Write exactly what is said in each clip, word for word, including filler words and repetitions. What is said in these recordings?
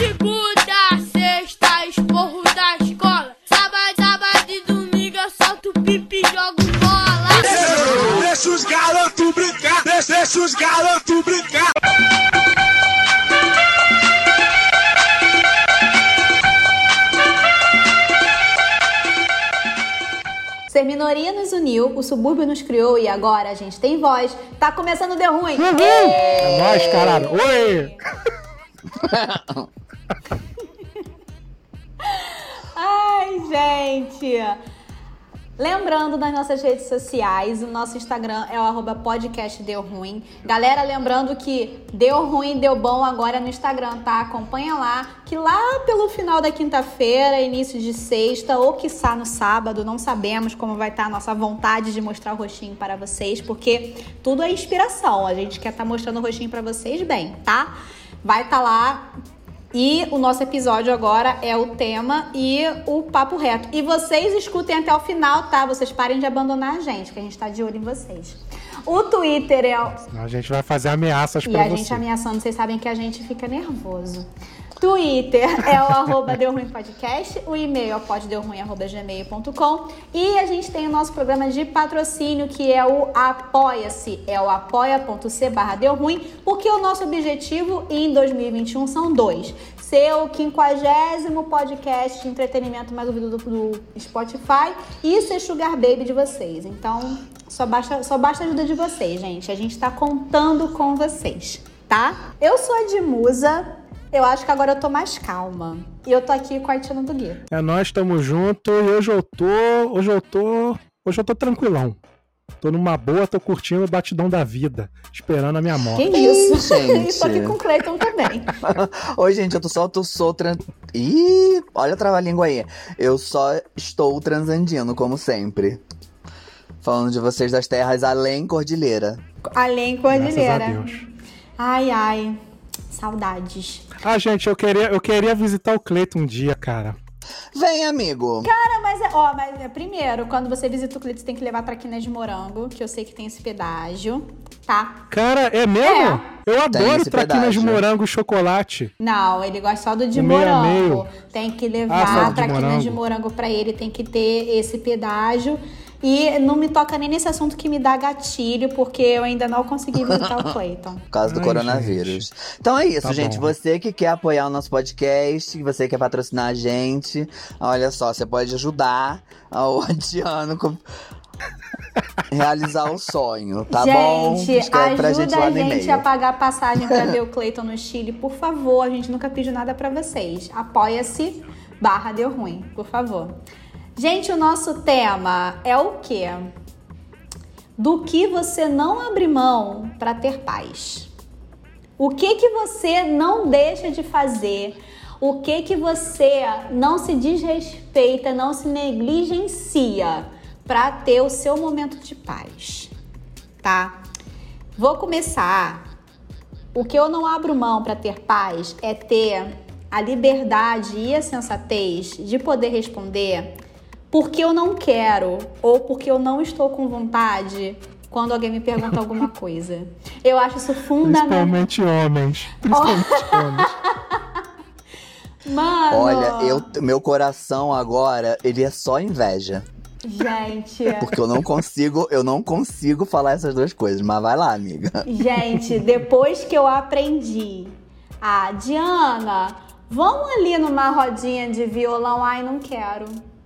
Segunda, sexta, esporro da escola. Sábado, sábado e domingo eu solto pipi e jogo bola. Deixa os garotos brincar, deixa, deixa os garotos brincar. Ser minoria nos uniu, o subúrbio nos criou e agora a gente tem voz. Tá começando o Deu Ruim. Uhul. É nóis, caralho. Oi! Ai, gente. Lembrando das nossas redes sociais, o nosso Instagram é o arroba podcast Deu Ruim. Galera, lembrando que Deu Ruim, Deu Bom agora no Instagram, tá? Acompanha lá, que lá pelo final da quinta-feira, início de sexta, ou quiçá no sábado, não sabemos como vai estar a nossa vontade de mostrar o rostinho para vocês, porque tudo é inspiração, a gente quer estar mostrando o rostinho para vocês bem, tá? Vai estar lá. E o nosso episódio agora é o tema e o papo reto. E vocês escutem até o final, tá? Vocês parem de abandonar a gente, que a gente tá de olho em vocês. O Twitter é o... A gente vai fazer ameaças pra E a você. gente ameaçando, vocês sabem que a gente fica nervoso. Twitter é o arroba Deu Ruim Podcast, o e-mail é o poddeuruim arroba gmail ponto com e a gente tem o nosso programa de patrocínio, que é o Apoia-se, é o apoia.c barra Deu Ruim, porque o nosso objetivo em dois mil e vinte e um são dois. Ser o quinquagésimo podcast de entretenimento mais ouvido do, do Spotify e ser Sugar Baby de vocês. Então, só basta, só basta a ajuda de vocês, gente. A gente tá contando com vocês, tá? Eu sou a Edmusa. Eu acho que agora eu tô mais calma. E eu tô aqui com a Tina do Gui. É, nós estamos juntos e hoje eu tô. Hoje eu tô. Hoje eu tô tranquilão. Tô numa boa, tô curtindo o batidão da vida, esperando a minha morte. Que isso, gente? E tô aqui com o Cleiton também. Oi, gente, eu tô só, tô só tran... Ih, olha a trava-língua aí. Eu só estou transandino, como sempre. Falando de vocês das terras além cordilheira. Além cordilheira. Graças a Deus. Ai, ai. Saudades. Ah, gente, eu queria, eu queria visitar o Cleiton um dia, cara. Vem, amigo. Cara, mas é, ó, mas é, primeiro, quando você visita o Cleiton, você tem que levar traquinas de morango, que eu sei que tem esse pedágio, tá? Cara, é mesmo? É. Eu adoro esse traquinas de pedágio. morango e chocolate. Não, ele gosta só do de O meio a morango. meio. Tem que Ah, só levar do de traquinas morango. de morango pra ele, tem que ter esse pedágio. E não me toca nem nesse assunto que me dá gatilho, porque eu ainda não consegui visitar o Cleiton. Por causa do Ai, coronavírus. gente. Então é isso, Tá gente. bom. Você que quer apoiar o nosso podcast, que você quer patrocinar a gente, olha só, você pode ajudar o Adiano com... realizar o sonho, tá bom? Gente, Escreve pra ajuda gente lá a no gente e-mail. a pagar a passagem pra ver o Cleiton no Chile, por favor. A gente nunca pediu nada pra vocês. Apoia-se barra Deu Ruim, por favor. Gente, o nosso tema é o quê? Do que você não abre mão pra ter paz. O que que você não deixa de fazer? O que que você não se desrespeita, não se negligencia pra ter o seu momento de paz, tá? Vou começar. O que eu não abro mão pra ter paz é ter a liberdade e a sensatez de poder responder porque eu não quero ou porque eu não estou com vontade quando alguém me pergunta alguma coisa. Eu acho isso fundamental. Principalmente homens. Principalmente homens. Mano, Olha, eu, meu coração agora, ele é só inveja. gente, Porque eu não consigo, eu não consigo falar essas duas coisas. Mas vai lá, amiga. gente, depois que eu aprendi, ah, Diana, vamos ali numa rodinha de violão? Ai, não quero.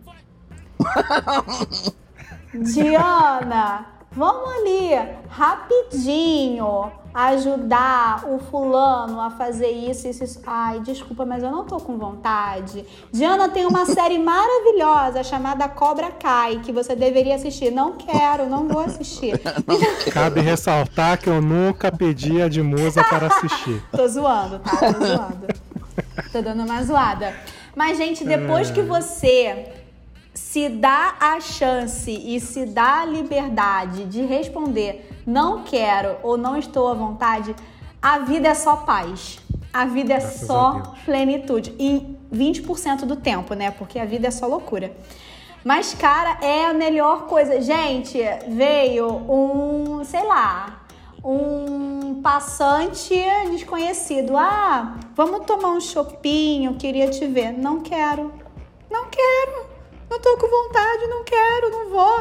Diana, vamos ali rapidinho ajudar o fulano a fazer isso, isso, isso. Ai, desculpa, mas eu não tô com vontade. Diana, tem uma série maravilhosa chamada Cobra Kai que você deveria assistir. Não quero, não vou assistir. Cabe ressaltar que eu nunca pedi a de musa para assistir. Tô zoando, tá? Tô zoando. Tô dando uma zoada. Mas, gente, depois que você se dá a chance e se dá a liberdade de responder não quero ou não estou à vontade, a vida é só paz. A vida é Graças a só Deus. plenitude. E vinte por cento do tempo, né? Porque a vida é só loucura. Mas, cara, é a melhor coisa. Gente, veio um, sei lá, um passante desconhecido. Ah, vamos tomar um chopinho, queria te ver. Não quero. Não quero. Não tô com vontade, não quero, não vou.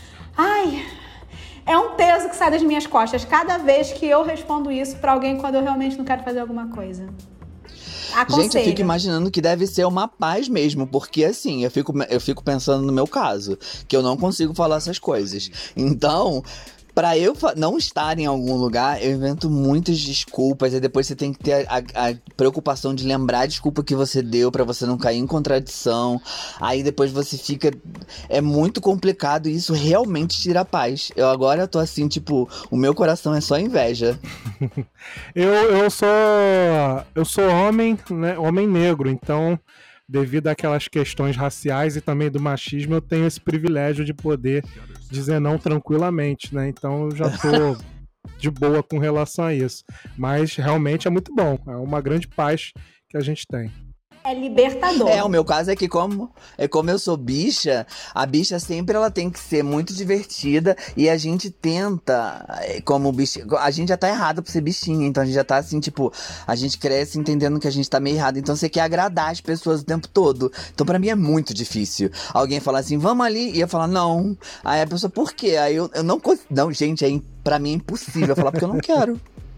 Ai, é um peso que sai das minhas costas cada vez que eu respondo isso pra alguém quando eu realmente não quero fazer alguma coisa. Aconselho. Gente, eu fico imaginando que deve ser uma paz mesmo, porque assim, eu fico, eu fico pensando no meu caso, que eu não consigo falar essas coisas. Então, pra eu fa- não estar em algum lugar, eu invento muitas desculpas, e depois você tem que ter a, a preocupação de lembrar a desculpa que você deu pra você não cair em contradição. Aí depois você fica... É muito complicado e isso realmente tira a paz. Eu agora tô assim, tipo, o meu coração é só inveja. Eu, eu sou eu sou homem, né, homem negro, então devido àquelas questões raciais e também do machismo, eu tenho esse privilégio de poder dizer não tranquilamente, né? Então eu já tô de boa com relação a isso. Mas realmente é muito bom, é uma grande paz que a gente tem. É libertador. É, o meu caso é que como, é como eu sou bicha, a bicha sempre ela tem que ser muito divertida e a gente tenta, é, como bicha, a gente já tá errado por ser bichinha, então a gente já tá assim, tipo, a gente cresce entendendo que a gente tá meio errado, então você quer agradar as pessoas o tempo todo. Então pra mim é muito difícil. Alguém falar assim, vamos ali, e eu falar, não. Aí a pessoa, por quê? Aí eu, eu não consigo, não, gente, é, im- pra mim é impossível falar porque eu não quero.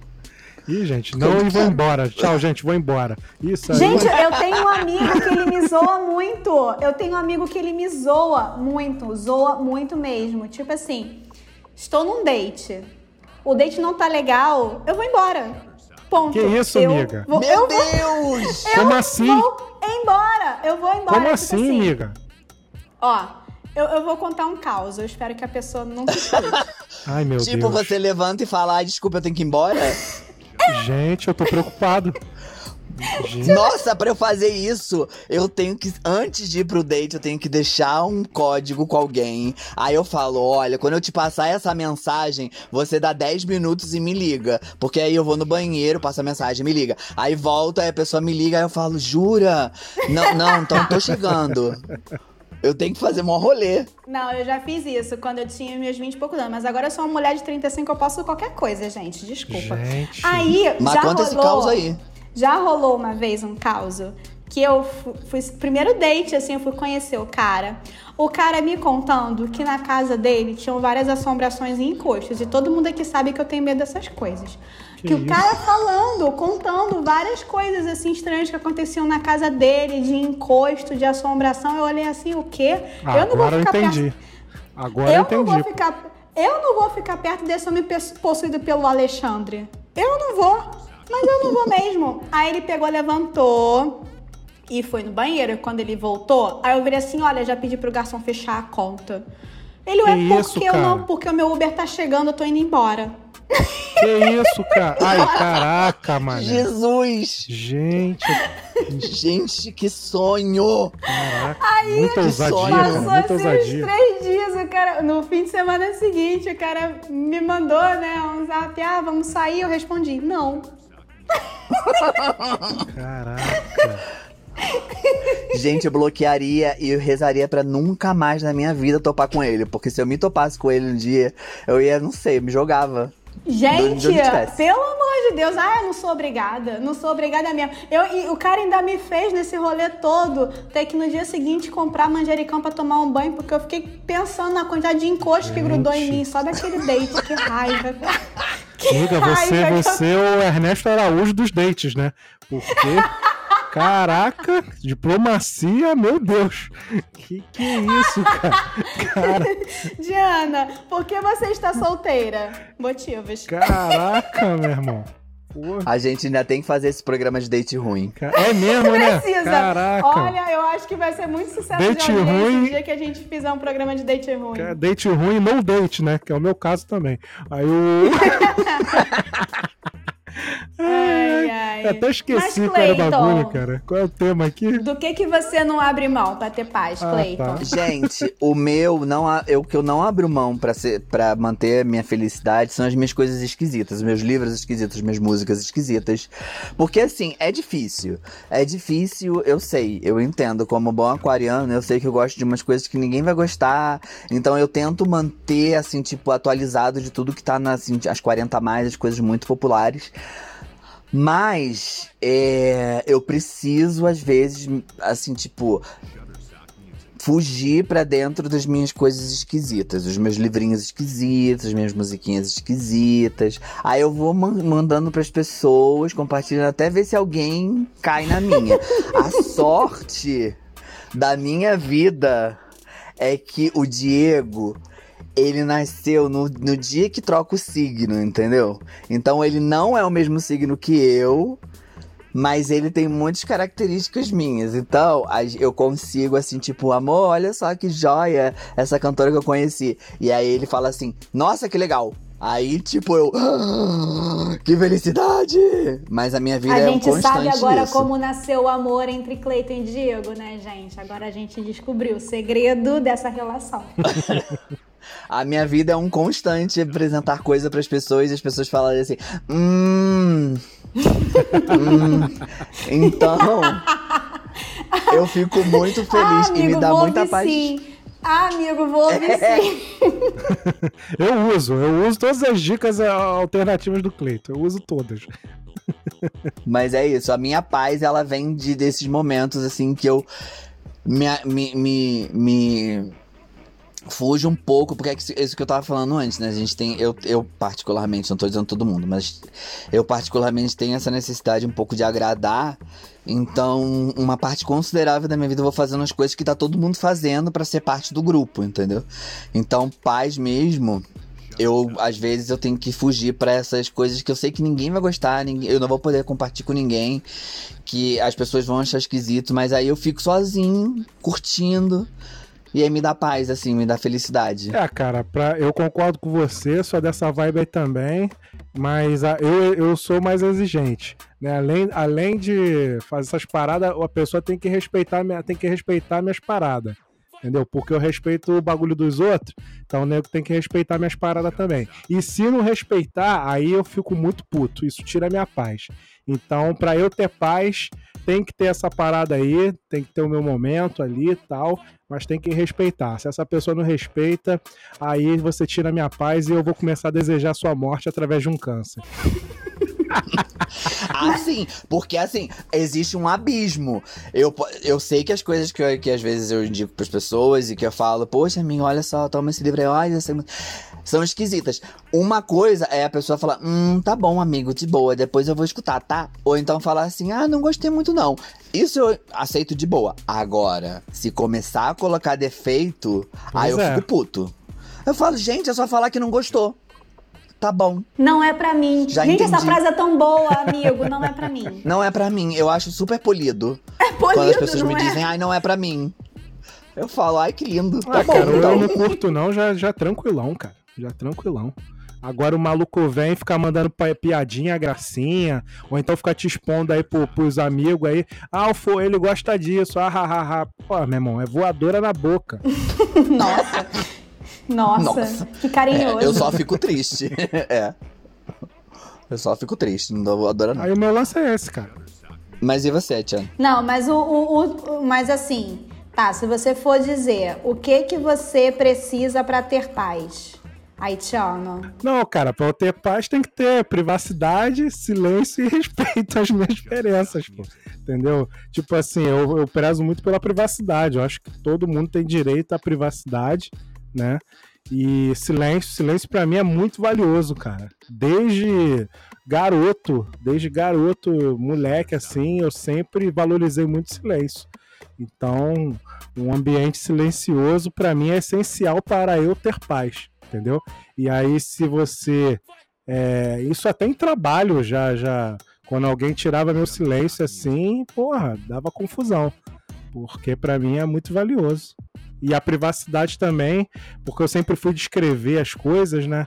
Ih, gente, não, e vou embora. Tchau, gente, vou embora. Isso aí. Gente, eu tenho um amigo que ele me zoa muito. Eu tenho um amigo que ele me zoa muito. Zoa muito mesmo. Tipo assim, estou num date. O date não tá legal, eu vou embora. Ponto. Que isso, eu amiga? Vou, Meu eu Deus! Vou, Como eu assim? vou embora. Eu vou embora. Como tipo assim, amiga? Ó, eu, eu vou contar um caos. Eu espero que a pessoa não escute. Ai, meu Tipo, Deus. você levanta e fala, ai, desculpa, eu tenho que ir embora. Gente, eu tô preocupado. Gente, Nossa, pra eu fazer isso, eu tenho que, antes de ir pro date, eu tenho que deixar um código com alguém. Aí eu falo, olha, quando eu te passar essa mensagem, você dá dez minutos e me liga. Porque aí eu vou no banheiro, passo a mensagem, me liga. Aí volta, aí a pessoa me liga, aí eu falo, jura? Não, não, então tô chegando. Eu tenho que fazer mó rolê. Não, eu já fiz isso quando eu tinha meus vinte e poucos anos. Mas agora eu sou uma mulher de trinta e cinco, eu posso qualquer coisa, gente. Desculpa. Gente. Aí, Mas já conta rolou, esse caos aí. Já rolou uma vez um caos que eu fu- fui... Primeiro date, assim, eu fui conhecer o cara. O cara me contando que na casa dele tinham várias assombrações e encostos. E todo mundo aqui sabe que eu tenho medo dessas coisas. Que, Que o isso? cara falando, contando várias coisas assim estranhas que aconteciam na casa dele, de encosto, de assombração. Eu olhei assim, o quê? Ah, eu não vou agora eu ficar entendi. perto. Agora Eu eu não entendi. vou ficar. Eu não vou ficar perto desse homem pes- possuído pelo Alexandre. Eu não vou. Mas eu não vou mesmo. Aí ele pegou, levantou e foi no banheiro. Quando ele voltou, aí eu virei assim: olha, já pedi pro garçom fechar a conta. Ele, Que é isso, porque eu cara? não, porque o meu Uber tá chegando, eu tô indo embora. Que isso, cara? Ai, caraca, mano. Jesus! Gente, Gente, que sonho! caraca. Muita que ousadia, sonho. né? Passou Muita assim uns ousadia. três dias, o cara, no fim de semana seguinte, o cara me mandou, né, um zap, ah, vamos sair, eu respondi, não. Caraca. Gente, eu bloquearia e eu rezaria pra nunca mais na minha vida topar com ele. Porque se eu me topasse com ele um dia, eu ia, não sei, eu me jogava. Gente, De onde tivesse. pelo amor de Deus, ah, eu não sou obrigada, não sou obrigada mesmo. Eu, e o cara ainda me fez nesse rolê todo ter que no dia seguinte comprar manjericão pra tomar um banho, porque eu fiquei pensando na quantidade de encosto que grudou em mim, só daquele date, que raiva. Que Amiga, você, raiva que eu- você é o Ernesto Araújo dos dates, né? Porque, caraca, diplomacia, meu Deus. Que que é isso, cara? Cara, Diana, por que você está solteira? Motivos. caraca, meu irmão. Pô, A gente ainda tem que fazer esse programa de date ruim. ca- é mesmo, né? Precisa. Caraca. Olha, eu acho que vai ser muito sucesso Date de audiência ruim. o dia que a gente fizer um programa de date ruim. Ca- Date ruim, no date, né? Que é o meu caso também. Aí o. Ai, ai. Eu até esqueci Mas, qual era o Cleiton, bagulho, cara. Qual é o tema aqui? Do que que você não abre mão pra ter paz, Ah, Cleiton? tá. Gente, o meu, não, a- eu, que eu não abro mão pra, ser, pra manter a minha felicidade são as minhas coisas esquisitas, os meus livros esquisitos, as minhas músicas esquisitas. Porque assim, é difícil. É difícil, eu sei, eu entendo. Como bom aquariano, eu sei que eu gosto de umas coisas que ninguém vai gostar. Então eu tento manter, assim, tipo, atualizado de tudo que tá nas assim, as quarenta a mais, as coisas muito populares. Mas é, eu preciso, às vezes, assim, tipo, fugir pra dentro das minhas coisas esquisitas, os meus livrinhos esquisitos, as minhas musiquinhas esquisitas. Aí eu vou man- mandando pras pessoas, compartilhando até ver se alguém cai na minha. A sorte da minha vida é que o Diego, ele nasceu no, no dia que troca o signo, entendeu? Então ele não é o mesmo signo que eu, mas ele tem muitas características minhas. Então as- eu consigo, assim, tipo, amor, olha só que joia essa cantora que eu conheci. E aí ele fala assim, nossa, que legal. Aí, tipo, eu... "Ah, que felicidade! Mas a minha vida A é um gente constante sabe agora isso. como nasceu o amor entre Cleiton e Diego, né, gente? Agora a gente descobriu o segredo dessa relação. A minha vida é um constante apresentar coisa pras pessoas e as pessoas falarem assim, hum, hum. Então, eu fico muito feliz ah, e me amigo, dá vou muita ouvir paz. sim. Ah, amigo, vou ouvir É. sim. Eu uso, eu uso todas as dicas ah, alternativas do Cleiton. Eu uso todas. Mas é isso, a minha paz, ela vem de, desses momentos, assim, que eu me, me, me, me fujo um pouco, porque é que- isso que eu tava falando antes, né? A gente tem, eu, eu particularmente, não tô dizendo todo mundo, mas eu particularmente tenho essa necessidade um pouco de agradar. Então, uma parte considerável da minha vida eu vou fazendo as coisas que tá todo mundo fazendo pra ser parte do grupo, entendeu? Então, paz mesmo, eu, às vezes, eu tenho que fugir pra essas coisas que eu sei que ninguém vai gostar, ninguém, eu não vou poder compartilhar com ninguém, que as pessoas vão achar esquisito, mas aí eu fico sozinho, curtindo, e aí me dá paz, assim, me dá felicidade. É, cara, pra, eu concordo com você, sou dessa vibe aí também, mas a- eu, eu sou mais exigente, né? Além, além de fazer essas paradas, a pessoa tem que respeitar, minha- tem que respeitar minhas paradas, entendeu? Porque eu respeito o bagulho dos outros, então o nego tem que respeitar minhas paradas também. E se não respeitar, aí eu fico muito puto, isso tira a minha paz. Então, pra eu ter paz, tem que ter essa parada aí, tem que ter o meu momento ali e tal, mas tem que respeitar. Se essa pessoa não respeita, aí você tira a minha paz e eu vou começar a desejar sua morte através de um câncer. Ah, sim, porque assim, existe um abismo. Eu, po- eu sei que as coisas que, eu- que às vezes eu indico pras pessoas e que eu falo, poxa, amigo, olha só, toma esse livro aí, olha, essa- são esquisitas. Uma coisa é a pessoa falar, hum, tá bom, amigo, de boa, depois eu vou escutar, tá? Ou então falar assim, ah, não gostei muito não. Isso eu aceito de boa. Agora, se começar a colocar defeito, aí eu é. fico puto. Eu falo, gente, é só falar que não gostou. Tá bom. Não é pra mim. Já Gente, essa entendi. frase é tão boa, amigo. Não é pra mim. Não é pra mim, eu acho super polido. É Quando as polido, pessoas não me é? dizem, ai, não é pra mim. Eu falo, ai, que lindo. Tá Ah, bom, cara, então. eu não curto não, já, já tranquilão, cara. Já tranquilão. Agora o maluco vem ficar mandando pi- piadinha, gracinha, ou então ficar te expondo aí pro, pros amigos aí. Ah, o Fo, ele gosta disso, ah, ha, ha, ha. Pô, meu irmão, é voadora na boca. Nossa. Nossa. Nossa. Que carinhoso. É, eu só fico triste. É. Eu só fico triste, não dou adoro não. Aí o meu lance é esse, cara. Mas e você, Tiana? Não, mas o, o, o- mas assim, tá, se você for dizer o que que você precisa pra ter paz. Aí, Tiano. Não, cara, pra eu ter paz tem que ter privacidade, silêncio e respeito às minhas diferenças, pô. Entendeu? Tipo assim, eu, eu prezo muito pela privacidade. Eu acho que todo mundo tem direito à privacidade, né? E silêncio, silêncio pra mim é muito valioso, cara. Desde garoto, desde garoto, moleque, assim, eu sempre valorizei muito silêncio. Então, um ambiente silencioso pra mim é essencial para eu ter paz, entendeu? E aí, se você... é, isso até em trabalho já, já... Quando alguém tirava meu silêncio assim, porra, dava confusão. Porque pra mim é muito valioso. E a privacidade também, porque eu sempre fui descrever as coisas, né?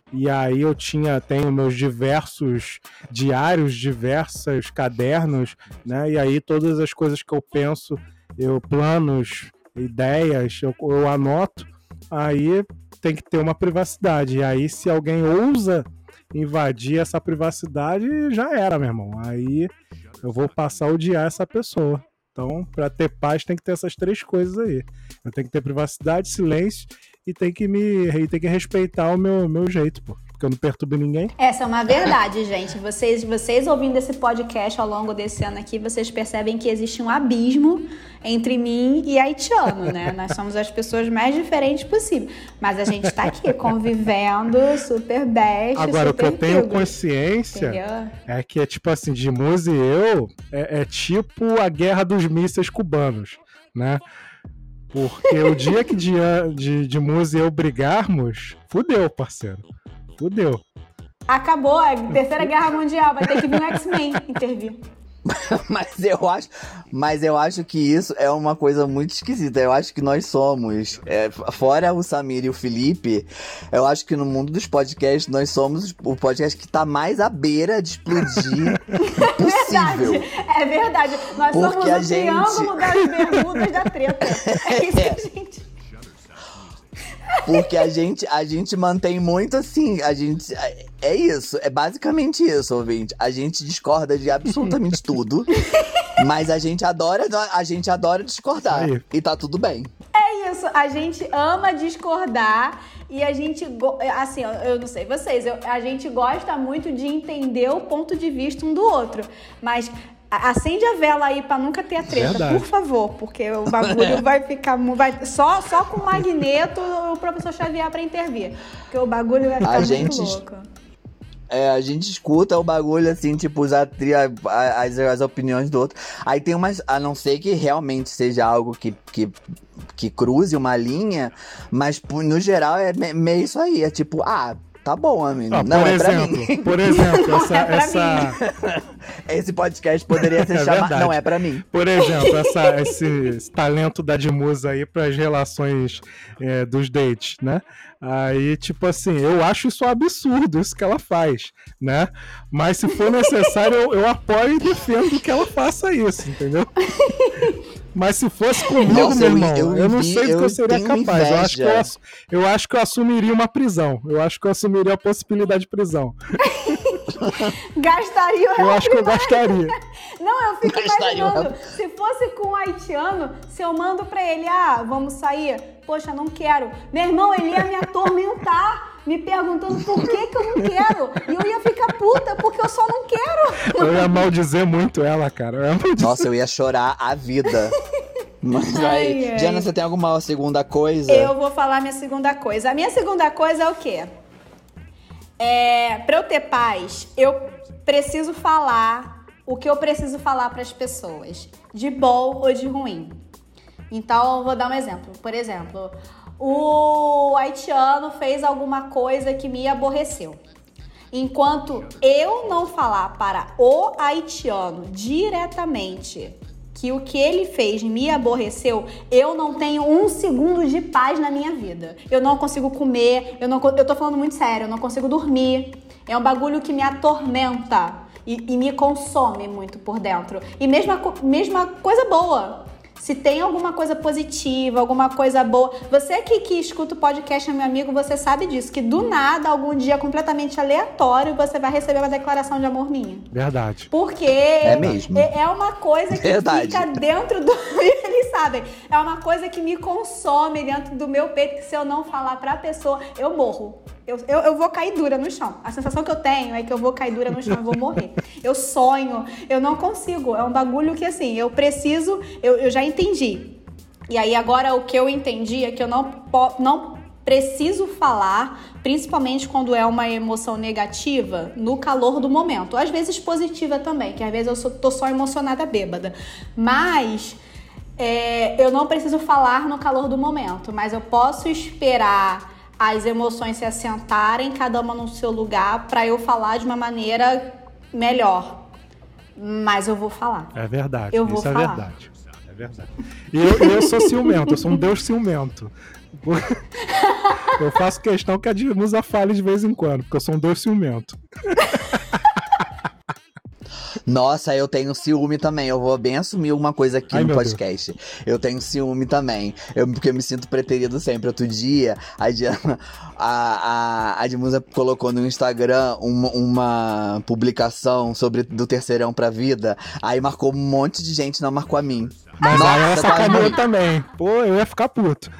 E aí eu tinha, tenho meus diversos diários, diversos cadernos, né? E aí todas as coisas que eu penso, eu planos, ideias, eu, eu anoto. Aí tem que ter uma privacidade. E aí se alguém ousa invadir essa privacidade, já era, meu irmão. Aí eu vou passar a odiar essa pessoa. Então, para ter paz, tem que ter essas três coisas aí. Eu tenho que ter privacidade, silêncio e tem que me e tem que respeitar o meu, meu jeito, pô. Porque eu não perturbo ninguém. Essa é uma verdade, gente. Vocês, vocês ouvindo esse podcast ao longo desse ano aqui, vocês percebem que existe um abismo entre mim e haitiano, né? Nós somos as pessoas mais diferentes possível. Mas a gente tá aqui convivendo, super best, Agora, super o que eu tenho amigo. consciência Entendeu? é que é tipo assim, de Muzi e eu, é, é tipo a guerra dos mísseis cubanos, né? Porque o dia que de, de, de Muzi e eu brigarmos, fudeu, parceiro. Fudeu. Acabou a Terceira Guerra Mundial, vai ter que vir um X-Men intervir. Mas eu acho, mas eu acho que isso é uma coisa muito esquisita. Eu acho que nós somos, é, fora o Samir e o Felipe, eu acho que no mundo dos podcasts nós somos o podcast que tá mais à beira de explodir possível. Verdade, é verdade. Nós Porque somos o a gente- triângulo das bermudas da treta. É isso que a gente... Porque a gente, a gente mantém muito assim, a gente, é isso, é basicamente isso, ouvinte. A gente discorda de absolutamente tudo, mas a gente adora, a gente adora discordar. Aí. E tá tudo bem. É isso, a gente ama discordar e a gente, go- assim, eu- eu não sei vocês, eu- a gente gosta muito de entender o ponto de vista um do outro, mas a- acende a vela aí pra nunca ter a treta, Verdade. por favor, porque o bagulho vai ficar, mu- vai, só, só com o magneto o professor Xavier pra intervir, porque o bagulho vai ficar A muito gente- louco. É, a gente escuta o bagulho assim, tipo, os atri- a- a- as, as opiniões do outro. Aí tem umas, a não ser que realmente seja algo que, que, que cruze uma linha, mas pô, no geral é me- meio isso aí, é tipo, ah, tá bom, amigo, Ah, não por é exemplo, pra mim. por exemplo, essa, é pra essa, Esse podcast poderia ser É chamado, verdade. não é pra mim. por exemplo, essa, esse, esse talento da Dimusa aí para as relações é, dos dates, né? Aí, tipo assim, eu acho isso um absurdo, isso que ela faz, né? Mas se for necessário, eu, eu apoio e defendo que ela faça isso, entendeu? Mas se fosse comigo, Nossa, meu eu- irmão, eu eu, não envi- sei do que eu eu seria tenho capaz. Eu acho, que eu, inveja. ass- eu acho que eu assumiria uma prisão. Eu acho que eu assumiria a possibilidade de prisão. Gastaria o Eu acho que eu gastaria. Não, eu fico Gastaria imaginando, se fosse com um haitiano, se eu mando pra ele, ah, vamos sair? Poxa, não quero. Meu irmão, ele ia me atormentar, me perguntando por que que eu não quero. E eu ia ficar puta, porque eu só não quero. Eu ia maldizer muito ela, cara. Eu ia maldizer. Nossa, eu ia chorar a vida. Mas Ai, aí, ai. Diana, você tem alguma segunda coisa? Eu vou falar minha segunda coisa. A minha segunda coisa é o quê? É, pra eu ter paz, eu preciso falar o que eu preciso falar pras pessoas, de bom ou de ruim. Então, eu vou dar um exemplo. Por exemplo, o haitiano fez alguma coisa que me aborreceu. Enquanto eu não falar para o haitiano diretamente que o que ele fez me aborreceu, eu não tenho um segundo de paz na minha vida. Eu não consigo comer, eu, não, eu tô falando muito sério, eu não consigo dormir. É um bagulho que me atormenta e, e me consome muito por dentro. E mesma, co- mesma coisa boa. Se tem alguma coisa positiva, alguma coisa boa... Você que, que escuta o podcast, meu amigo, você sabe disso. Que do nada, algum dia completamente aleatório, você vai receber uma declaração de amor minha. Verdade. Porque É mesmo. é é uma coisa que Verdade. fica dentro do... Eles sabem. É uma coisa que me consome dentro do meu peito, que se eu não falar pra pessoa, eu morro. Eu, eu, eu vou cair dura no chão. A sensação que eu tenho é que eu vou cair dura no chão e vou morrer. Eu sonho, eu não consigo. É um bagulho que, assim, eu preciso... Eu, eu já entendi. E aí, agora, o que eu entendi é que eu não, po- não preciso falar, principalmente quando é uma emoção negativa, no calor do momento. Às vezes positiva também, que às vezes eu sou, tô só emocionada bêbada. Mas... é, eu não preciso falar no calor do momento, mas eu posso esperar as emoções se assentarem, cada uma no seu lugar, pra eu falar de uma maneira melhor. Mas eu vou falar. É verdade. Eu vou Isso é falar. verdade. É verdade. E eu, eu sou ciumento, eu sou um deus ciumento. Eu faço questão que a Edmusa fale de vez em quando, porque eu sou um deus ciumento. Nossa, eu tenho ciúme também. Eu vou bem assumir uma coisa aqui Ai, no meu podcast. Deus. Eu tenho ciúme também. Eu, porque eu me sinto preterido sempre. Outro dia, a Diana, a, a, a Edmusa colocou no Instagram uma, uma publicação sobre do terceirão pra vida. Aí marcou um monte de gente, não marcou a mim. Mas Nossa, aí ela quase sacaneou morri. também. Pô, eu ia ficar puto.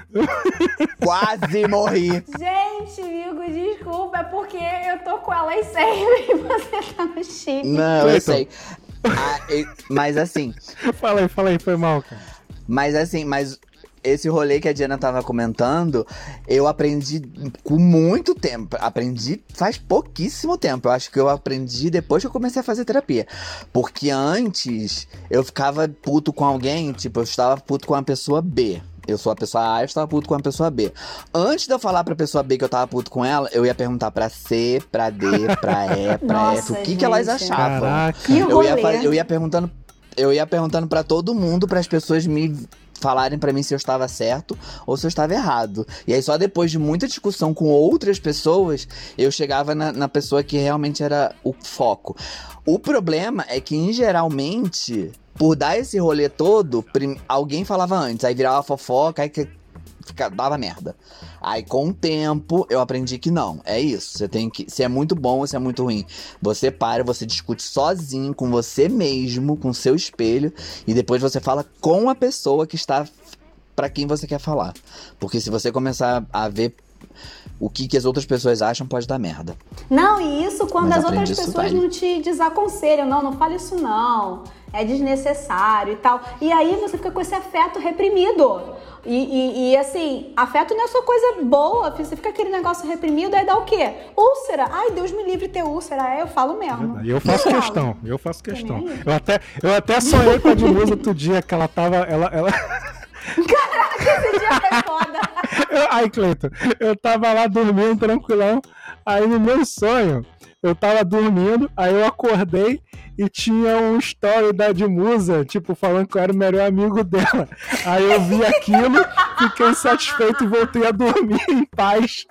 Quase morri. Gente, amigo, desculpa, é porque eu tô com elas sempre e você tá no Chile. Não, eu Cleiton. sei. Ah, e- mas assim, Fala aí, fala aí, foi mal, cara. mas assim, mas esse rolê que a Diana tava comentando, eu aprendi com muito tempo. Aprendi faz pouquíssimo tempo. Eu acho que eu aprendi depois que eu comecei a fazer terapia. Porque antes eu ficava puto com alguém, tipo, eu estava puto com uma pessoa B. Eu sou a pessoa A, eu estava puto com a pessoa B. Antes de eu falar pra pessoa B que eu tava puto com ela, eu ia perguntar pra C, pra D, pra E, pra Nossa, F, o que, que elas gente. achavam. Caraca. Que Eu ia, rolê. fa- eu ia perguntando, eu ia perguntando para todo mundo, para as pessoas me falarem pra mim se eu estava certo ou se eu estava errado. E aí só depois de muita discussão com outras pessoas, eu chegava na, na pessoa que realmente era o foco. O problema é que, em geralmente, por dar esse rolê todo, prim- alguém falava antes, aí virava fofoca, aí que fica- dava merda. Aí, com o tempo, eu aprendi que não. É isso. Você tem que. Se é muito bom ou se é muito ruim. Você para, você discute sozinho, com você mesmo, com o seu espelho. E depois você fala com a pessoa que está pra quem você quer falar. Porque se você começar a ver o que, que as outras pessoas acham, pode dar merda. Não, e isso quando Mas as outras aprendi isso, pessoas Thalia. não te desaconselham. Não, não fale isso não. É desnecessário e tal. E aí você fica com esse afeto reprimido. E, e, e, assim, afeto não é só coisa boa. Você fica aquele negócio reprimido, aí dá o quê? Úlcera. Ai, Deus me livre ter úlcera. É, eu falo mesmo. E eu faço falo. questão, eu faço questão. Também aí. Eu até, eu até sonhei com a Edmusa outro dia, que ela tava. Ela, ela... Esse dia foi foda. Eu- Ai, Cleiton, eu tava lá dormindo tranquilão. Aí no meu sonho, eu tava dormindo, aí eu acordei e tinha um story da Edmusa, tipo, falando que eu era o melhor amigo dela. Aí eu vi aquilo, fiquei satisfeito e voltei a dormir em paz.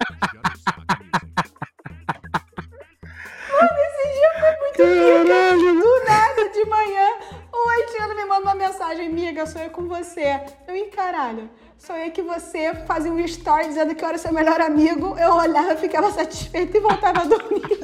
Esse dia foi muito Caralho, do nada, de manhã, o haitiano me manda uma mensagem, amiga, sonhei com você. Eu, ih, caralho, sonhei que você fazia um story dizendo que eu era seu melhor amigo, eu olhava, ficava satisfeita e voltava a dormir.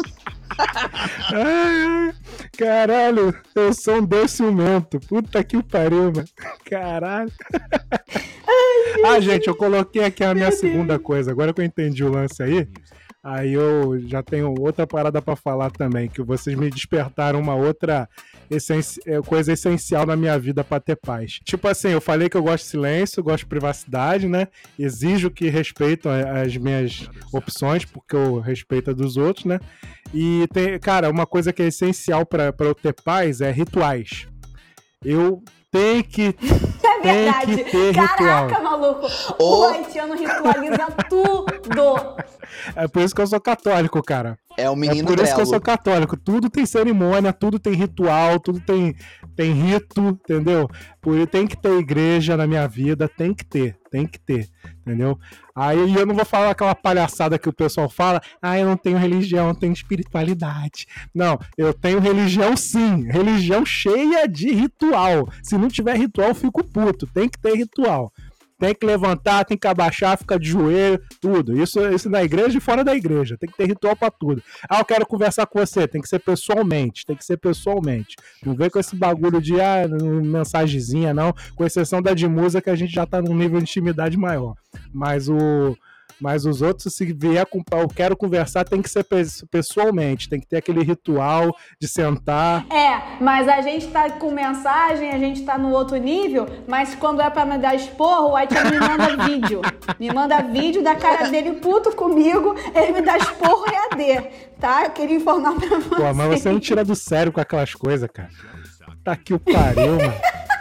ai, ai, caralho, eu sou um deus ciumento. Puta que o pariu, mano. Caralho. Ah, gente, eu coloquei aqui a minha segunda coisa. Agora que eu entendi o lance aí, aí eu já tenho outra parada pra falar também, que vocês me despertaram uma outra essenci- eh, coisa essencial na minha vida pra ter paz. Tipo assim, eu falei que eu gosto de silêncio, gosto de privacidade, né? Exijo que respeitem a- as minhas opções, porque eu respeito a dos outros, né? E, tem, cara, uma coisa que é essencial pra pra eu ter paz é rituais. Eu tenho que É Tem verdade. que ter Caraca, ritual. maluco. O Ô. haitiano ritualiza tudo. É por isso que eu sou católico, cara. É o É menino por isso que eu Trello. sou católico. Tudo tem cerimônia, tudo tem ritual, tudo tem, tem rito, entendeu? Por isso tem que ter igreja na minha vida, tem que ter, tem que ter, entendeu? Aí eu não vou falar aquela palhaçada que o pessoal fala, ah, eu não tenho religião, eu tenho espiritualidade. Não, eu tenho religião sim, religião cheia de ritual. Se não tiver ritual, eu fico puto, tem que ter ritual. Tem que levantar, tem que abaixar, ficar de joelho, tudo. Isso, isso na igreja e fora da igreja. Tem que ter ritual pra tudo. Ah, eu quero conversar com você. Tem que ser pessoalmente. Tem que ser pessoalmente. Não vem com esse bagulho de ah, mensagenzinha, não. Com exceção da de música, que a gente já tá num nível de intimidade maior. Mas o... Mas os outros, se vier com eu quero conversar, tem que ser pessoalmente. Tem que ter aquele ritual de sentar. É, mas a gente tá com mensagem, a gente tá no outro nível, mas quando é pra me dar esporro, o haitiano me manda vídeo. Me manda vídeo da cara dele puto comigo, ele me dá esporro E A D, tá? Eu queria informar pra você. Pô, mas você não tira do sério com aquelas coisas, cara. Tá aqui o pariu, mano.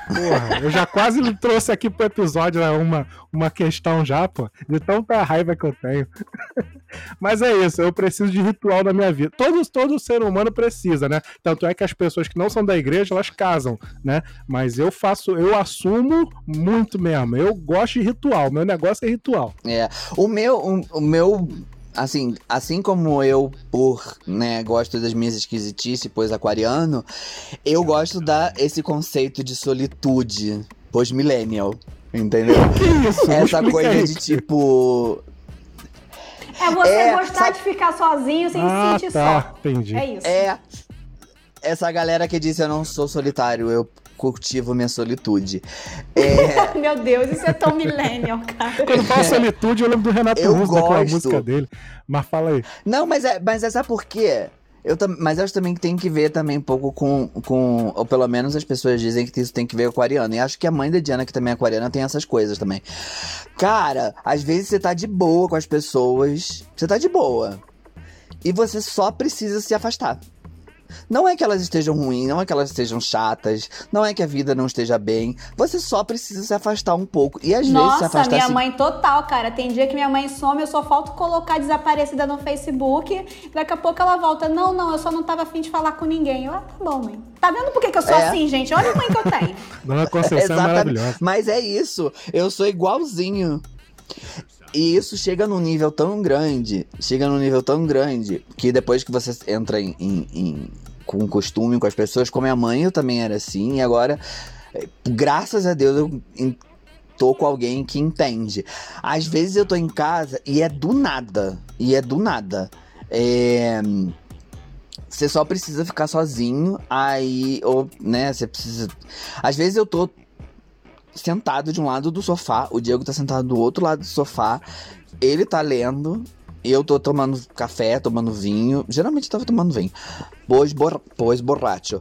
Porra, eu já quase trouxe aqui pro episódio né, uma, uma questão já, pô, de tanta raiva que eu tenho. Mas é isso, eu preciso de ritual na minha vida. Todo, todo ser humano precisa, né? Tanto é que as pessoas que não são da igreja, elas casam, né? Mas eu faço, eu assumo muito mesmo. Eu gosto de ritual, meu negócio é ritual. É, o meu, o, o meu, assim, assim como eu, por, né, gosto das minhas esquisitices, pois aquariano, eu gosto da esse conceito de solitude pós-millennial, entendeu? Que isso? Essa Me explica coisa aí. de tipo... É você É, gostar sabe- de ficar sozinho sem Ah, se sentir tá, só. entendi. É isso. É, essa galera que diz eu não sou solitário, eu cultivo minha solitude. É, Meu Deus, isso é tão millennial, cara. Quando fala solitude, eu lembro do Renato Eu Russo, daquela gosto. música dele. Mas fala aí. não, mas é, mas é sabe por quê? Eu tam, mas eu acho também que tem que ver também um pouco com, com... Ou pelo menos as pessoas dizem que isso tem que ver com aquariano. E acho que a mãe da Diana, que também é aquariana, tem essas coisas também. Cara, às vezes você tá de boa com as pessoas. Você tá de boa. E você só precisa se afastar. Não é que elas estejam ruins, não é que elas estejam chatas, não é que a vida não esteja bem. Você só precisa se afastar um pouco. E às vezes se Nossa, afastar minha assim- mãe total, cara. Tem dia que minha mãe some, eu só falto colocar desaparecida no Facebook. Daqui a pouco ela volta. Não, não, eu só não tava afim de falar com ninguém. Eu, ah, tá bom, mãe. Tá vendo por que, que eu sou É. assim, gente? Olha a mãe que eu tenho. Dona Conceição é Exatamente. maravilhosa. Mas é isso. Eu sou igualzinho. E isso chega num nível tão grande, chega num nível tão grande, que depois que você entra em, em- em- com o costume, com as pessoas, como a minha mãe, eu também era assim, e agora, eh, graças a Deus, eu em- tô com alguém que entende. Às vezes eu tô em casa e é do nada, e é do nada. É... Você só precisa ficar sozinho, aí, ou, né, você precisa... Às vezes eu tô sentado de um lado do sofá, o Diego tá sentado do outro lado do sofá, ele tá lendo, eu tô tomando café, tomando vinho, geralmente eu tava tomando vinho, pois, bor pois borracho,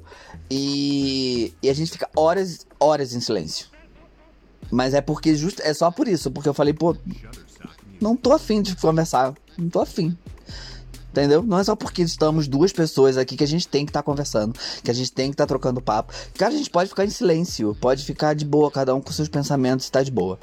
e, e a gente fica horas, horas em silêncio. Mas é porque, just, é só por isso, porque eu falei, pô, não tô afim de conversar, não tô afim. Entendeu? Não é só porque estamos duas pessoas aqui que a gente tem que estar conversando, que a gente tem que estar trocando papo. Cara, a gente pode ficar em silêncio, pode ficar de boa, cada um com seus pensamentos, tá de boa.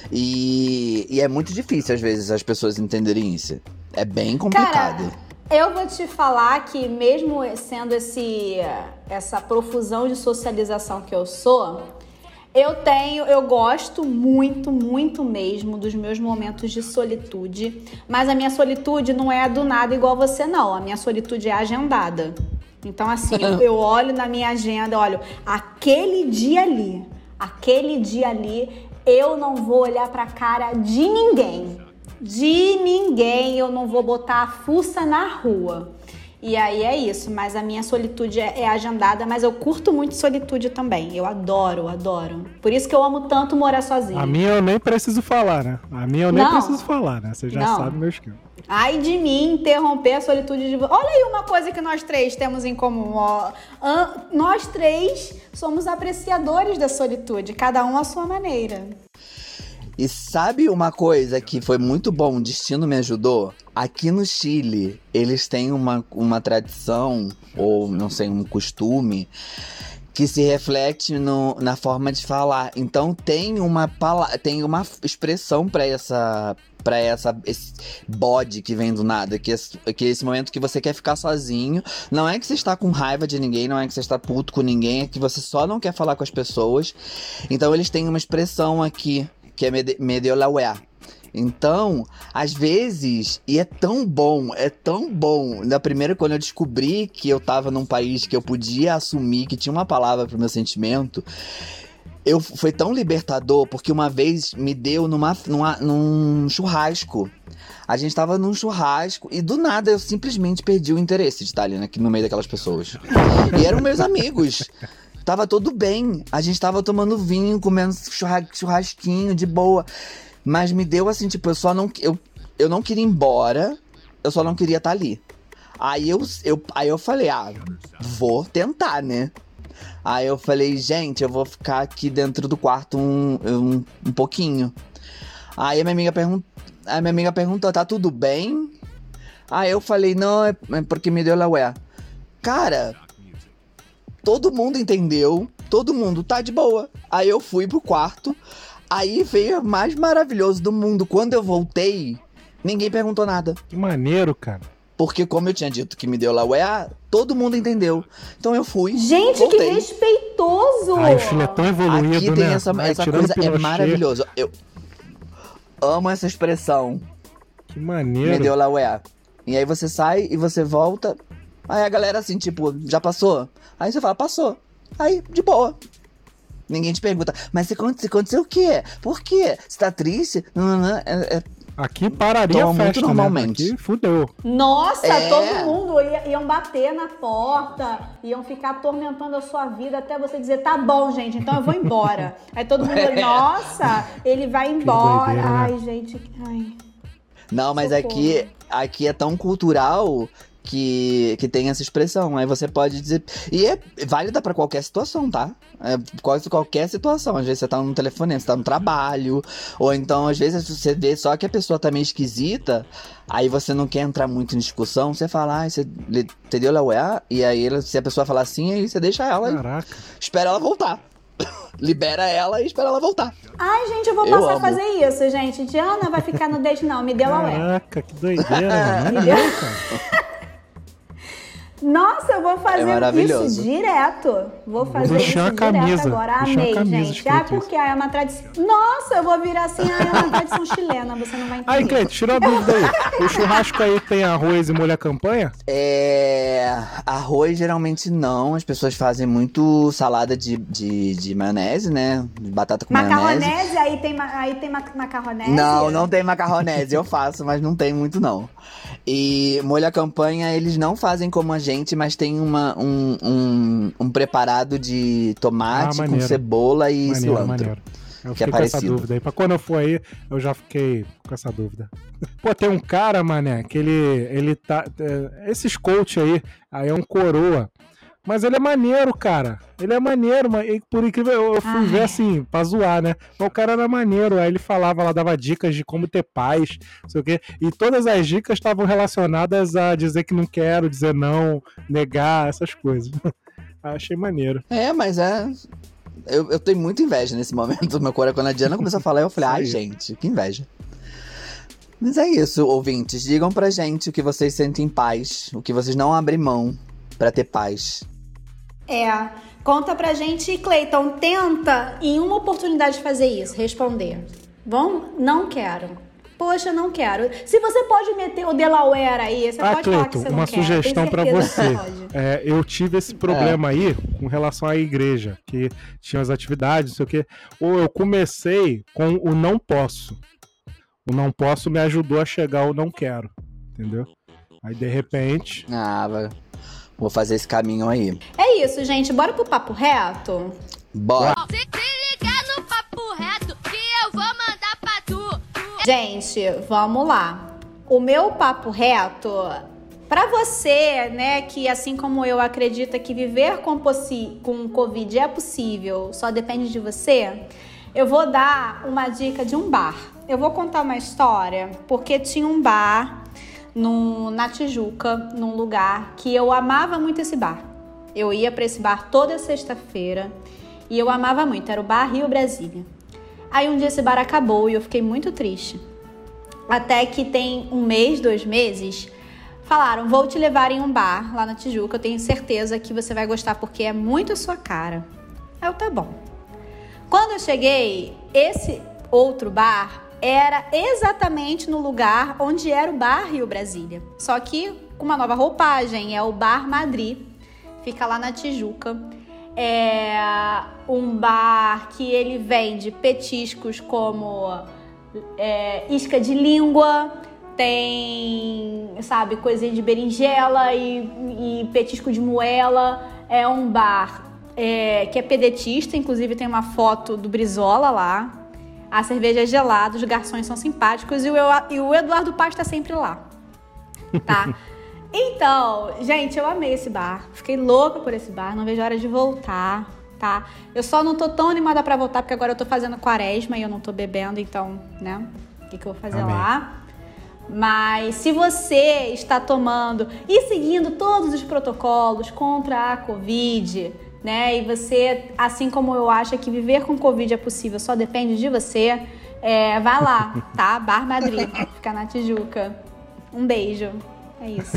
E, e é muito difícil, às vezes, as pessoas entenderem isso. É bem complicado. Cara, eu vou te falar que mesmo sendo esse, essa profusão de socialização que eu sou, eu tenho, eu gosto muito, muito mesmo dos meus momentos de solitude, mas a minha solitude não é do nada igual você não, a minha solitude é agendada. Então assim, eu, eu olho na minha agenda, olho, aquele dia ali, aquele dia ali, eu não vou olhar pra cara de ninguém, de ninguém, eu não vou botar a fuça na rua. E aí é isso, mas a minha solitude é, é agendada, mas eu curto muito solitude também. Eu adoro, adoro. Por isso que eu amo tanto morar sozinha. A minha eu nem preciso falar, né? A minha eu nem Não. preciso falar, né? Você já Não. sabe meu esquema. Ai de mim interromper a solitude de... Olha aí uma coisa que nós três temos em comum, ó. An- Nós três somos apreciadores da solitude, cada um à sua maneira. E sabe uma coisa que foi muito bom, o destino me ajudou? Aqui no Chile, eles têm uma, uma tradição, ou não sei, um costume, que se reflete no, na forma de falar. Então tem uma, pala- tem uma expressão pra essa... Pra essa, esse bode que vem do nada, que, esse, que esse momento que você quer ficar sozinho. Não é que você está com raiva de ninguém, não é que você está puto com ninguém, é que você só não quer falar com as pessoas. Então eles têm uma expressão aqui, que é mede- medio la wea. Então, às vezes, e é tão bom, é tão bom. Na primeira, quando eu descobri que eu tava num país que eu podia assumir que tinha uma palavra pro meu sentimento, eu, foi tão libertador, porque uma vez me deu numa, numa, num churrasco. A gente tava num churrasco e do nada eu simplesmente perdi o interesse de estar ali, né, no meio daquelas pessoas. E eram meus amigos. Tava tudo bem. A gente tava tomando vinho, comendo churra- churrasquinho de boa. Mas me deu assim, tipo, eu só não... Eu, eu não queria ir embora, eu só não queria estar ali. Aí eu, eu, aí eu falei, ah, vou tentar, né? Aí eu falei, gente, eu vou ficar aqui dentro do quarto um, um, um pouquinho. Aí a minha amiga perguntou, a minha amiga perguntou, tá tudo bem? Aí eu falei, não, é é porque me deu la ué. Cara, todo mundo entendeu, todo mundo tá de boa. Aí eu fui pro quarto, aí veio o mais maravilhoso do mundo. Quando eu voltei, ninguém perguntou nada. Que maneiro, cara. Porque como eu tinha dito que me deu lá o E A, todo mundo entendeu. Então eu fui, Gente, voltei. que respeitoso! Ai, o Chile é tão evoluído, Aqui tem né? essa, Vai essa tirando coisa, é Pinochet. maravilhoso. Eu amo essa expressão. Que Me maneiro. deu lá o E A. E aí você sai e você volta. Aí a galera assim, tipo, já passou? Aí você fala, passou. Aí, de boa. Ninguém te pergunta, mas você aconteceu, aconteceu o quê? Por quê? Você tá triste? Não, não, não. É, é... Aqui pararia Toma a muito festa, normalmente. né? Aqui fudeu. Nossa, É. todo mundo ia, iam bater na porta, iam ficar atormentando a sua vida até você dizer, tá bom, gente, então eu vou embora. Aí todo mundo, nossa, ele vai embora. doideira, né? Ai, gente, ai. Não, mas Socorro. aqui, aqui é tão cultural que, que tem essa expressão. Aí você pode dizer. E é válida pra qualquer situação, tá? É quase qualquer situação. Às vezes você tá no telefone, você tá no trabalho. Ou então, às vezes, você vê só que a pessoa tá meio esquisita. Aí você não quer entrar muito em discussão. Você fala, ah, você entendeu lá o E A? E aí, se a pessoa falar assim, aí você deixa ela e Caraca. espera ela voltar. Libera ela e espera ela voltar. Ai, gente, eu vou Eu passar a amo. fazer isso, gente. Diana vai ficar no date, não. Me deu a ué. Caraca, que doideira, mano. Me deu- Maneiro, cara. Nossa, eu vou fazer maravilhoso. isso direto. Vou fazer vestir isso uma direto camisa. agora. Vestir uma Amei, camisa gente. escrito Ah, porque ah, é uma tradição. Nossa, eu vou virar assim, ah, é uma tradição chilena. Você não vai entender. Aí, Cleiton, tira a dúvida aí. O churrasco aí tem arroz e molho à campanha? É. Arroz geralmente não. As pessoas fazem muito salada de, de, de maionese, né? De batata com maionese. Macarronese, aí tem, ma- aí tem ma- macarronese? Não, não tem macarronese. Eu faço, mas não tem muito não. E molho à campanha, eles não fazem como a gente, mas tem uma, um, um, um preparado de tomate Ah, com maneiro. cebola e Maneiro, cilantro. maneiro. Eu Que é fiquei com essa parecido. dúvida aí. Pra quando eu for aí, eu já fiquei com essa dúvida. Pô, tem um cara, mané, que ele, ele tá... é, esses coach aí, aí é um coroa. Mas ele é maneiro, cara. Ele é maneiro, mas e por incrível, eu, eu fui Ai. ver assim, pra zoar, né? Mas o cara era maneiro. Aí ele falava lá, dava dicas de como ter paz, não sei o quê. E todas as dicas estavam relacionadas a dizer que não quero, dizer não, negar, essas coisas. Achei maneiro. É, mas é... Eu, eu tenho muita inveja nesse momento do meu coração. Quando a Diana começou a falar, eu falei, ai, Isso aí. gente, que inveja. Mas é isso, ouvintes. Digam pra gente o que vocês sentem em paz, o que vocês não abrem mão pra ter paz. É. Conta pra gente, Cleiton, tenta em uma oportunidade fazer isso, responder. Bom, não quero. Poxa, não quero. Se você pode meter o Delaware aí, você Ah, pode falar que Cleiton, você não uma quer. sugestão Tenho pra certeza você. que pode. É, eu tive esse problema aí com relação à igreja, que tinha as atividades, não sei o quê. Ou eu comecei com o não posso. O não posso me ajudou a chegar ao não quero, entendeu? Aí, de repente... Ah, vai- vou fazer esse caminho aí. É isso, gente. Bora pro papo reto? Bora. Se, se liga no papo reto que eu vou mandar pra tu. Gente, vamos lá. O meu papo reto, pra você, né, que assim como eu acredita que viver com, possi- com Covid é possível, só depende de você, eu vou dar uma dica de um bar. Eu vou contar uma história, porque tinha um bar no, na Tijuca, num lugar que eu amava muito esse bar. Eu ia pra esse bar toda sexta-feira e eu amava muito, era o Bar Rio Brasília. Aí um dia esse bar acabou e eu fiquei muito triste. Até que tem um mês, dois meses, falaram, vou te levar em um bar lá na Tijuca, eu tenho certeza que você vai gostar porque é muito a sua cara. Aí eu, tá bom. Quando eu cheguei, esse outro bar era exatamente no lugar onde era o Bar Rio Brasília. Só que com uma nova roupagem, é o Bar Madrid, fica lá na Tijuca. É um bar que ele vende petiscos como é, isca de língua, tem, sabe, coisinha de berinjela e, e petisco de moela. É um bar é, que é pedetista, inclusive tem uma foto do Brizola lá. A cerveja é gelada, os garçons são simpáticos e o, e o Eduardo Paz tá sempre lá, tá? Então, gente, eu amei esse bar. Fiquei louca por esse bar, não vejo a hora de voltar, tá? Eu só não tô tão animada pra voltar, porque agora eu tô fazendo quaresma e eu não tô bebendo, então, né? O que, que eu vou fazer Amém. lá? Mas se você está tomando e seguindo todos os protocolos contra a Covid, né? E você, assim como eu acho que viver com Covid é possível, só depende de você, é, vai lá, tá? Bar Madrid, fica na Tijuca. Um beijo. É isso.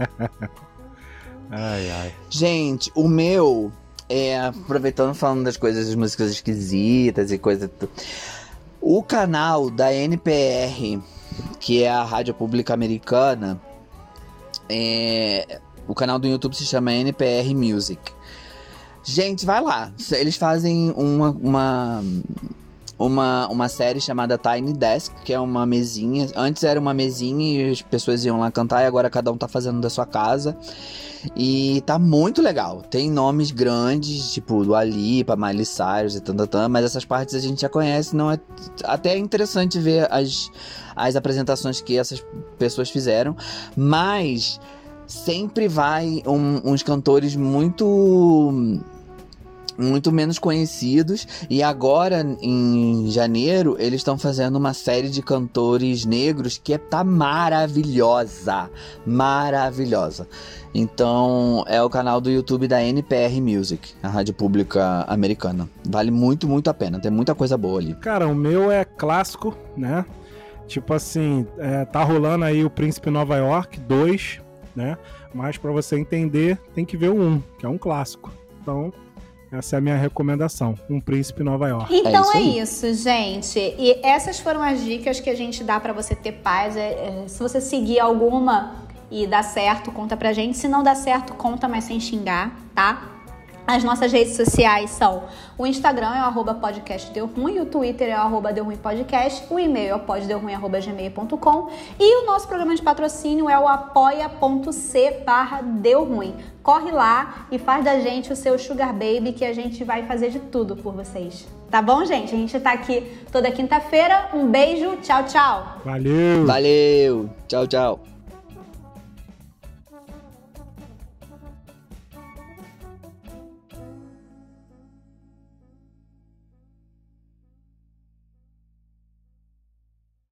Ai, ai. Gente, o meu, é, aproveitando falando das coisas, das músicas esquisitas e coisa. O canal da N P R, que é a Rádio Pública Americana, é, o canal do YouTube se chama N P R Music. Gente, vai lá. Eles fazem uma, uma, uma, uma série chamada Tiny Desk, que é uma mesinha. Antes era uma mesinha e as pessoas iam lá cantar, e agora cada um tá fazendo da sua casa. E tá muito legal. Tem nomes grandes, tipo Dua Lipa, Miley Cyrus e tantatã, mas essas partes a gente já conhece. Não é até é interessante ver as, as apresentações que essas pessoas fizeram, mas sempre vai um, uns cantores muito muito menos conhecidos, e agora em janeiro eles estão fazendo uma série de cantores negros que tá maravilhosa, maravilhosa. Então é o canal do YouTube da N P R Music, a rádio pública americana. Vale muito, muito a pena, tem muita coisa boa ali. Cara, o meu é clássico, né? Tipo assim, é, tá rolando aí o Príncipe Nova York dois, né? Mas pra você entender, tem que ver o um, que é um clássico. Então, essa é a minha recomendação, Um Príncipe Nova York. Então É é isso isso, gente. E essas foram as dicas que a gente dá pra você ter paz. É, é, se você seguir alguma e dar certo, conta pra gente. Se não dá certo, conta, mas sem xingar, tá? As nossas redes sociais são: o Instagram é o arroba podcast deu ruim, o Twitter é o arroba deu ruim podcast, o e-mail é o poddeuruim arroba gmail ponto com e o nosso programa de patrocínio é o apoia.c barra deu ruim. Corre lá e faz da gente o seu sugar baby, que a gente vai fazer de tudo por vocês. Tá bom, gente? A gente tá aqui toda quinta-feira. Um beijo, tchau, tchau! Valeu! Valeu, tchau, tchau.